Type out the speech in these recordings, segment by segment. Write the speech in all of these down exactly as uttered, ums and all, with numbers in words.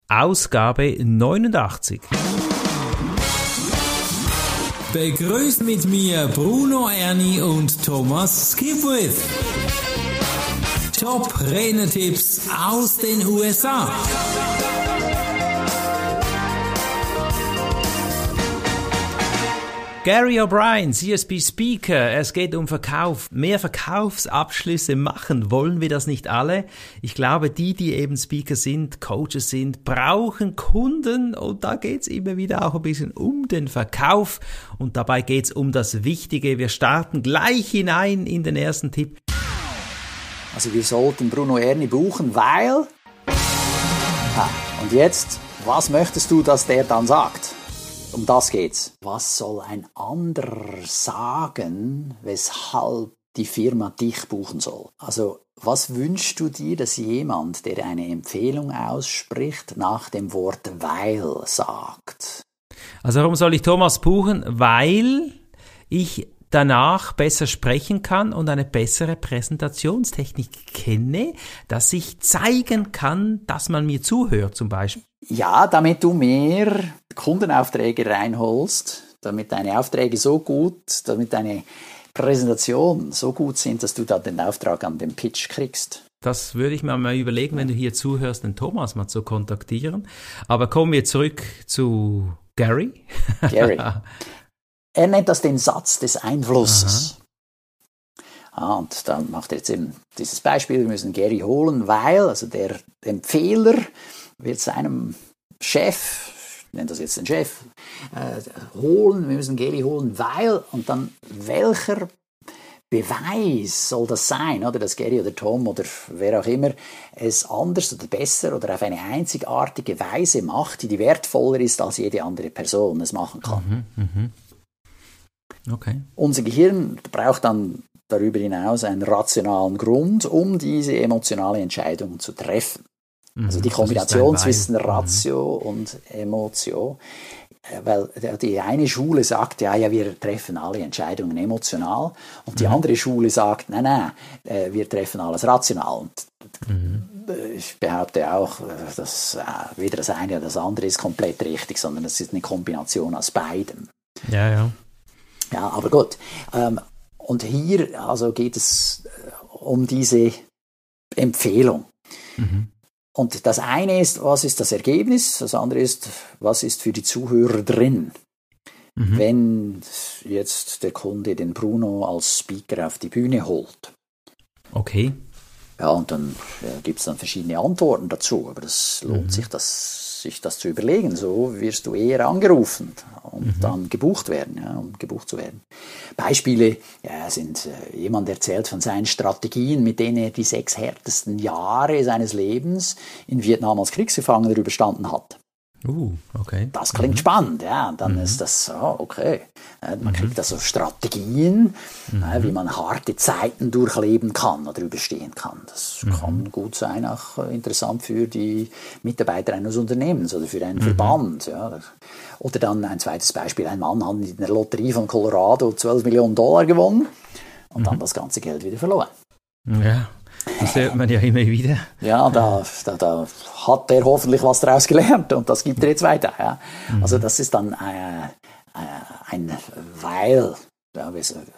Ausgabe neunundachtzig. Begrüßt mit mir Bruno Erni und Thomas Skipwith. Top-Renner-Tipps aus den U S A. Gary O'Brien, C S P Speaker, es geht um Verkauf. Mehr Verkaufsabschlüsse machen, wollen wir das nicht alle? Ich glaube, die, die eben Speaker sind, Coaches sind, brauchen Kunden und da geht's immer wieder auch ein bisschen um den Verkauf und dabei geht's um das Wichtige. Wir starten gleich hinein in den ersten Tipp. Also wir sollten Bruno Erni buchen, weil... Ah, und jetzt, was möchtest du, dass der dann sagt? Um das geht's. Was soll ein anderer sagen, weshalb die Firma dich buchen soll? Also, was wünschst du dir, dass jemand, der eine Empfehlung ausspricht, nach dem Wort weil sagt? Also, warum soll ich Thomas buchen? Weil ich danach besser sprechen kann und eine bessere Präsentationstechnik kenne, dass ich zeigen kann, dass man mir zuhört zum Beispiel. Ja, damit du mehr Kundenaufträge reinholst, damit deine Aufträge so gut, damit deine Präsentationen so gut sind, dass du dann den Auftrag an den Pitch kriegst. Das würde ich mir mal überlegen, wenn du hier zuhörst, den Thomas mal zu kontaktieren. Aber kommen wir zurück zu Gary. Gary. Er nennt das den Satz des Einflusses. Ah, und dann macht er jetzt eben dieses Beispiel, wir müssen Gary holen, weil, also der Empfehler wird seinem Chef, ich nenne das jetzt den Chef, äh, holen, wir müssen Gary holen, weil, und dann welcher Beweis soll das sein, oder, dass Gary oder Tom oder wer auch immer es anders oder besser oder auf eine einzigartige Weise macht, die, die wertvoller ist, als jede andere Person es machen kann. Mhm, mh. Okay. Unser Gehirn braucht dann darüber hinaus einen rationalen Grund, um diese emotionale Entscheidung zu treffen. Mhm, also die Kombination zwischen Ratio mhm. und Emotion. Weil die eine Schule sagt, ja, ja, wir treffen alle Entscheidungen emotional. Und die mhm. andere Schule sagt, nein, nein, wir treffen alles rational. Und mhm. ich behaupte auch, dass weder das eine oder das andere ist komplett richtig, sondern es ist eine Kombination aus beidem. Ja, ja. Ja, aber gut. Ähm, und hier also geht es um diese Empfehlung. Mhm. Und das eine ist, was ist das Ergebnis? Das andere ist, was ist für die Zuhörer drin? Mhm. Wenn jetzt der Kunde den Bruno als Speaker auf die Bühne holt. Okay. Ja, und dann ja, gibt es dann verschiedene Antworten dazu. Aber das lohnt mhm. sich, das sich das zu überlegen. So wirst du eher angerufen und mhm. dann gebucht werden, ja, um gebucht zu werden. Beispiele ja, sind, äh, jemand erzählt von seinen Strategien, mit denen er die sechs härtesten Jahre seines Lebens in Vietnam als Kriegsgefangener überstanden hat. Uh, okay. Das klingt mhm. spannend, ja. Und dann mhm. ist das, oh, okay. Man mhm. kriegt da so Strategien, mhm. wie man harte Zeiten durchleben kann oder überstehen kann. Das mhm. kann gut sein, auch interessant für die Mitarbeiter eines Unternehmens oder für einen mhm. Verband. Ja. Oder dann ein zweites Beispiel, ein Mann hat in der Lotterie von Colorado zwölf Millionen Dollar gewonnen und mhm. dann das ganze Geld wieder verloren. Ja. Das hört man ja immer wieder. Ja, da, da, da hat er hoffentlich was daraus gelernt und das gibt er jetzt weiter. Ja. Mhm. Also das ist dann äh, äh, ein Weil, ja,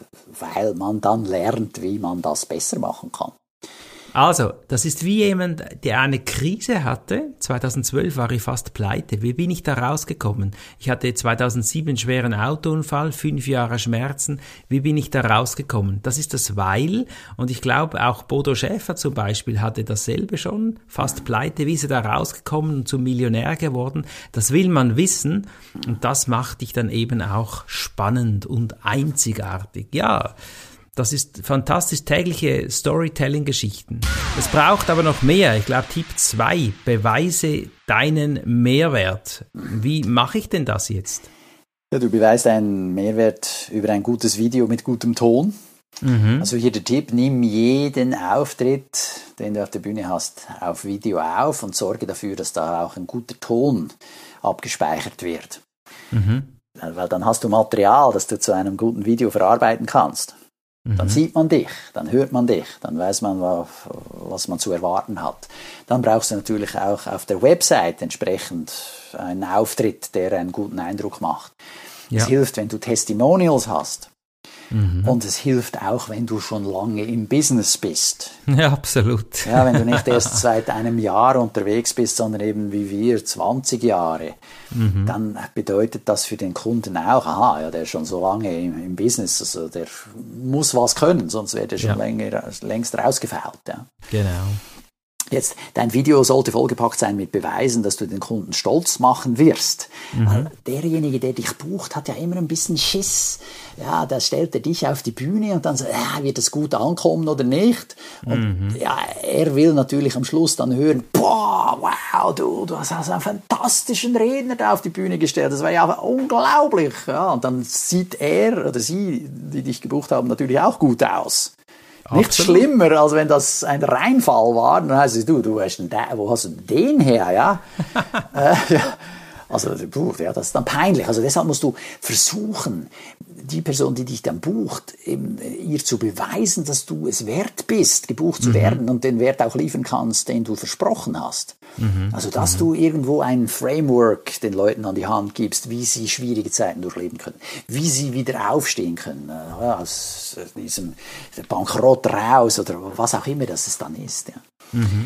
weil man dann lernt, wie man das besser machen kann. Also, das ist wie jemand, der eine Krise hatte. zweitausendzwölf war ich fast pleite. Wie bin ich da rausgekommen? Ich hatte zweitausendsieben einen schweren Autounfall, fünf Jahre Schmerzen. Wie bin ich da rausgekommen? Das ist das Weil. Und ich glaube, auch Bodo Schäfer zum Beispiel hatte dasselbe schon. Fast pleite. Wie ist er da rausgekommen und zum Millionär geworden? Das will man wissen. Und das macht dich dann eben auch spannend und einzigartig. Ja. Das ist fantastisch, tägliche Storytelling-Geschichten. Es braucht aber noch mehr. Ich glaube, Tipp zwei, beweise deinen Mehrwert. Wie mache ich denn das jetzt? Ja, du beweist deinen Mehrwert über ein gutes Video mit gutem Ton. Mhm. Also hier der Tipp, nimm jeden Auftritt, den du auf der Bühne hast, auf Video auf und sorge dafür, dass da auch ein guter Ton abgespeichert wird. Mhm. Weil dann hast du Material, das du zu einem guten Video verarbeiten kannst. Dann sieht man dich, dann hört man dich, dann weiß man, was man zu erwarten hat. Dann brauchst du natürlich auch auf der Website entsprechend einen Auftritt, der einen guten Eindruck macht. Ja. Es hilft, wenn du Testimonials hast. Mhm. Und es hilft auch, wenn du schon lange im Business bist. Ja, absolut. Ja, wenn du nicht erst seit einem Jahr unterwegs bist, sondern eben wie wir zwanzig Jahre, mhm. dann bedeutet das für den Kunden auch, aha, ja, der ist schon so lange im, im Business, also der muss was können, sonst wäre der schon ja. länger, längst rausgefault. Ja. Genau. Jetzt, dein Video sollte vollgepackt sein mit Beweisen, dass du den Kunden stolz machen wirst. Mhm. Derjenige, der dich bucht, hat ja immer ein bisschen Schiss. Ja, da stellt er dich auf die Bühne und dann sagt, ja, wird das gut ankommen oder nicht? Und mhm. ja, er will natürlich am Schluss dann hören, boah, wow, du, du hast einen fantastischen Redner da auf die Bühne gestellt. Das war ja unglaublich. Ja, und dann sieht er oder sie, die dich gebucht haben, natürlich auch gut aus. Nichts schlimmer, als wenn das ein Reinfall war. Dann heißt es, du, du hast den, wo hast du den her, ja? äh, ja. Also, puh, ja, das ist dann peinlich. Also deshalb musst du versuchen, die Person, die dich dann bucht, eben, ihr zu beweisen, dass du es wert bist, gebucht zu mhm. werden und den Wert auch liefern kannst, den du versprochen hast. Mhm. Also, dass mhm. du irgendwo ein Framework den Leuten an die Hand gibst, wie sie schwierige Zeiten durchleben können, wie sie wieder aufstehen können, ja, aus diesem Bankrott raus oder was auch immer das es dann ist. Ja. Mhm.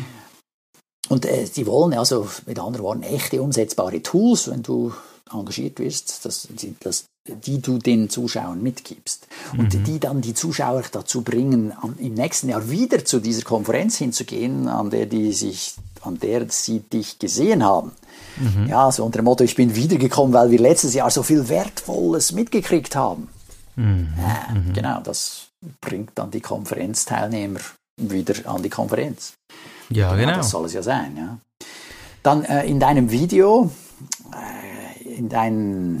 Und äh, die wollen also mit anderen Worten echte umsetzbare Tools, wenn du engagiert wirst, dass, die, dass, die du den Zuschauern mitgibst. Und mhm. die dann die Zuschauer dazu bringen, am, im nächsten Jahr wieder zu dieser Konferenz hinzugehen, an der, die sich, an der sie dich gesehen haben. Mhm. Ja, so unter dem Motto, ich bin wiedergekommen, weil wir letztes Jahr so viel Wertvolles mitgekriegt haben. Mhm. Ja, mhm. Genau, das bringt dann die Konferenzteilnehmer wieder an die Konferenz. Ja, genau. Ja, das soll es ja sein. Ja. Dann äh, in deinem Video, äh, in, dein,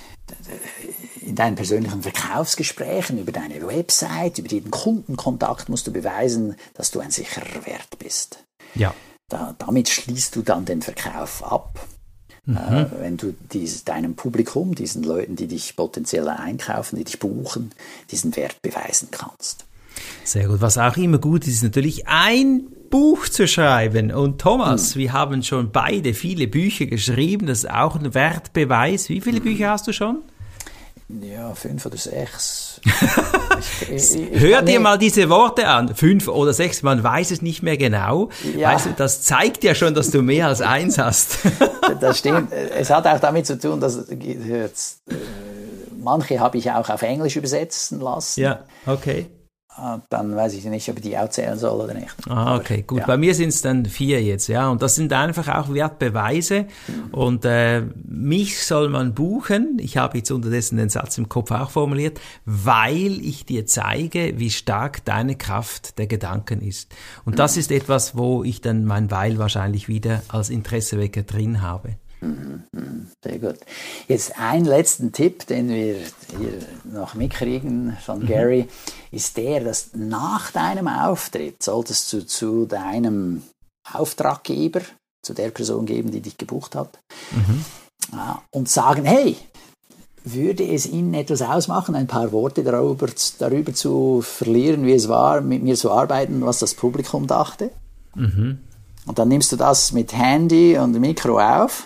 in deinen persönlichen Verkaufsgesprächen, über deine Website, über jeden Kundenkontakt musst du beweisen, dass du ein sicherer Wert bist. Ja. Da, damit schließt du dann den Verkauf ab. Mhm. Äh, wenn du dies, deinem Publikum, diesen Leuten, die dich potenziell einkaufen, die dich buchen, diesen Wert beweisen kannst. Sehr gut. Was auch immer gut ist, ist natürlich ein Buch zu schreiben. Und Thomas, hm. wir haben schon beide viele Bücher geschrieben. Das ist auch ein Wertbeweis. Wie viele Bücher hast du schon? Ja, fünf oder sechs. ich, ich, ich Hör dir nicht. mal diese Worte an. Fünf oder sechs, man weiß es nicht mehr genau. Ja. Weißt du, das zeigt ja schon, dass du mehr als eins hast. Das stimmt. Es hat auch damit zu tun, dass jetzt, äh, manche habe ich auch auf Englisch übersetzen lassen. Ja, okay. Dann weiß ich nicht, ob ich die auch zählen soll oder nicht. Ah, okay, gut. Ja. Bei mir sind es dann vier jetzt, ja. Und das sind einfach auch Wertbeweise. Mhm. Und äh, mich soll man buchen. Ich habe jetzt unterdessen den Satz im Kopf auch formuliert, weil ich dir zeige, wie stark deine Kraft der Gedanken ist. Und mhm. das ist etwas, wo ich dann mein Weil wahrscheinlich wieder als Interessewecker drin habe. Sehr gut. Jetzt einen letzten Tipp, den wir hier noch mitkriegen von mhm. Gary, ist der, dass nach deinem Auftritt solltest du zu deinem Auftraggeber, zu der Person geben, die dich gebucht hat, mhm. ja, und sagen, hey, würde es Ihnen etwas ausmachen, ein paar Worte darüber, darüber zu verlieren, wie es war, mit mir zu arbeiten, was das Publikum dachte? Mhm. Und dann nimmst du das mit Handy und Mikro auf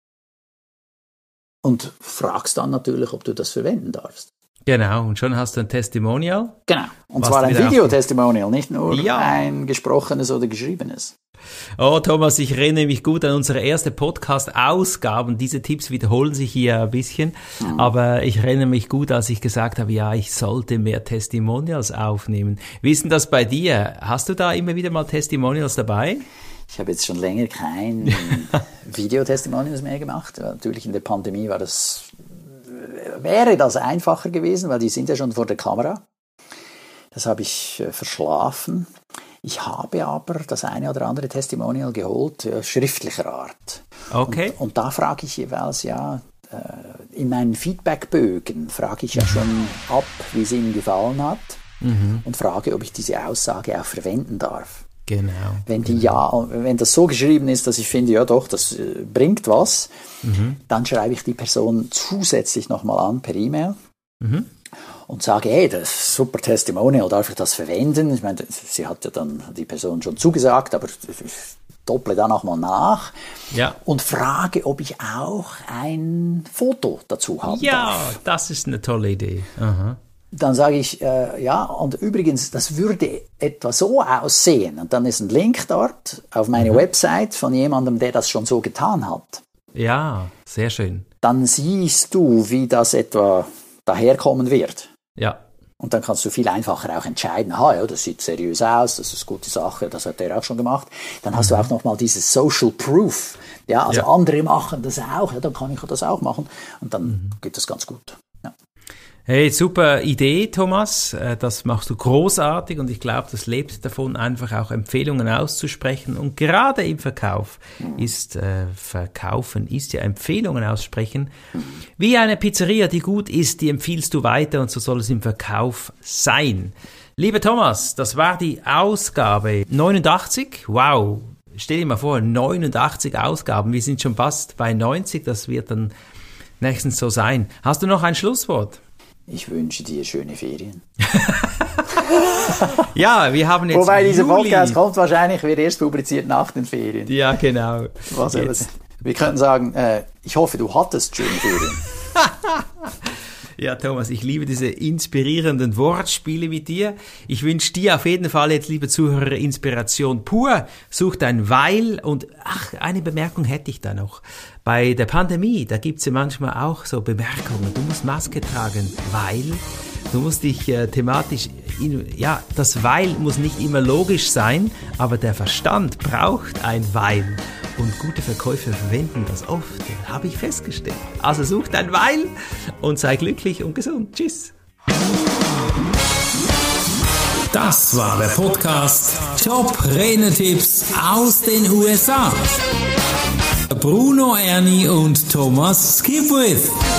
und fragst dann natürlich, ob du das verwenden darfst. Genau, und schon hast du ein Testimonial. Genau, und zwar ein Videotestimonial, nicht nur ja. ein gesprochenes oder geschriebenes. Oh, Thomas, ich erinnere mich gut an unsere erste Podcast-Ausgabe und diese Tipps wiederholen sich hier ein bisschen, mhm. aber ich erinnere mich gut, als ich gesagt habe, ja, ich sollte mehr Testimonials aufnehmen. Wie ist denn das bei dir? Hast du da immer wieder mal Testimonials dabei? Ich habe jetzt schon länger kein Videotestimonials mehr gemacht. Natürlich in der Pandemie war das, wäre das einfacher gewesen, weil die sind ja schon vor der Kamera. Das habe ich äh, verschlafen. Ich habe aber das eine oder andere Testimonial geholt, äh, schriftlicher Art. Okay. Und, und da frage ich jeweils, ja, äh, in meinen Feedbackbögen frage ich ja schon ab, wie es Ihnen gefallen hat mhm. und frage, ob ich diese Aussage auch verwenden darf. Genau. Wenn die genau. ja, wenn das so geschrieben ist, dass ich finde, ja doch, das äh, bringt was, mhm. dann schreibe ich die Person zusätzlich nochmal an per E-Mail. Mhm. und sage, hey, das ist super Testimonial, darf ich das verwenden? Ich meine, sie hat ja dann die Person schon zugesagt, aber ich dopple da nochmal nach ja. und frage, ob ich auch ein Foto dazu haben ja, darf. Ja, das ist eine tolle Idee. Aha. Dann sage ich, äh, ja, und übrigens, das würde etwa so aussehen. Und dann ist ein Link dort auf meine mhm. Website von jemandem, der das schon so getan hat. Ja, sehr schön. Dann siehst du, wie das etwa daherkommen wird. Ja. Und dann kannst du viel einfacher auch entscheiden, aha, ja, das sieht seriös aus, das ist eine gute Sache, das hat der auch schon gemacht. Dann hast mhm. du auch nochmal dieses Social Proof. Ja, also ja. andere machen das auch, ja, dann kann ich das auch machen. Und dann mhm. geht das ganz gut. Ja. Hey, super Idee, Thomas. Das machst du großartig und ich glaube, das lebt davon, einfach auch Empfehlungen auszusprechen. Und gerade im Verkauf ist äh, Verkaufen, ist ja Empfehlungen aussprechen. Wie eine Pizzeria, die gut ist, die empfiehlst du weiter und so soll es im Verkauf sein. Lieber Thomas, das war die Ausgabe neunundachtzig. Wow, stell dir mal vor, neunundachtzig Ausgaben. Wir sind schon fast bei neunzig, das wird dann nächstens so sein. Hast du noch ein Schlusswort? Ich wünsche dir schöne Ferien. Ja, wir haben jetzt Wobei dieser Juli. Podcast kommt wahrscheinlich, wird erst publiziert nach den Ferien. Ja, genau. Was jetzt. Wir könnten sagen, äh, ich hoffe, du hattest schöne Ferien. Ja, Thomas, ich liebe diese inspirierenden Wortspiele mit dir. Ich wünsche dir auf jeden Fall jetzt, liebe Zuhörer, Inspiration pur. Such dein Weil und, ach, eine Bemerkung hätte ich da noch. Bei der Pandemie, da gibt's ja manchmal auch so Bemerkungen. Du musst Maske tragen, weil du musst dich äh, thematisch, in, ja, das Weil muss nicht immer logisch sein, aber der Verstand braucht ein Weil. Und gute Verkäufer verwenden das oft, habe ich festgestellt. Also such dein Weil und sei glücklich und gesund. Tschüss. Das war der Podcast Top-Renetipps aus den U S A. Bruno Erni und Thomas Skipwith.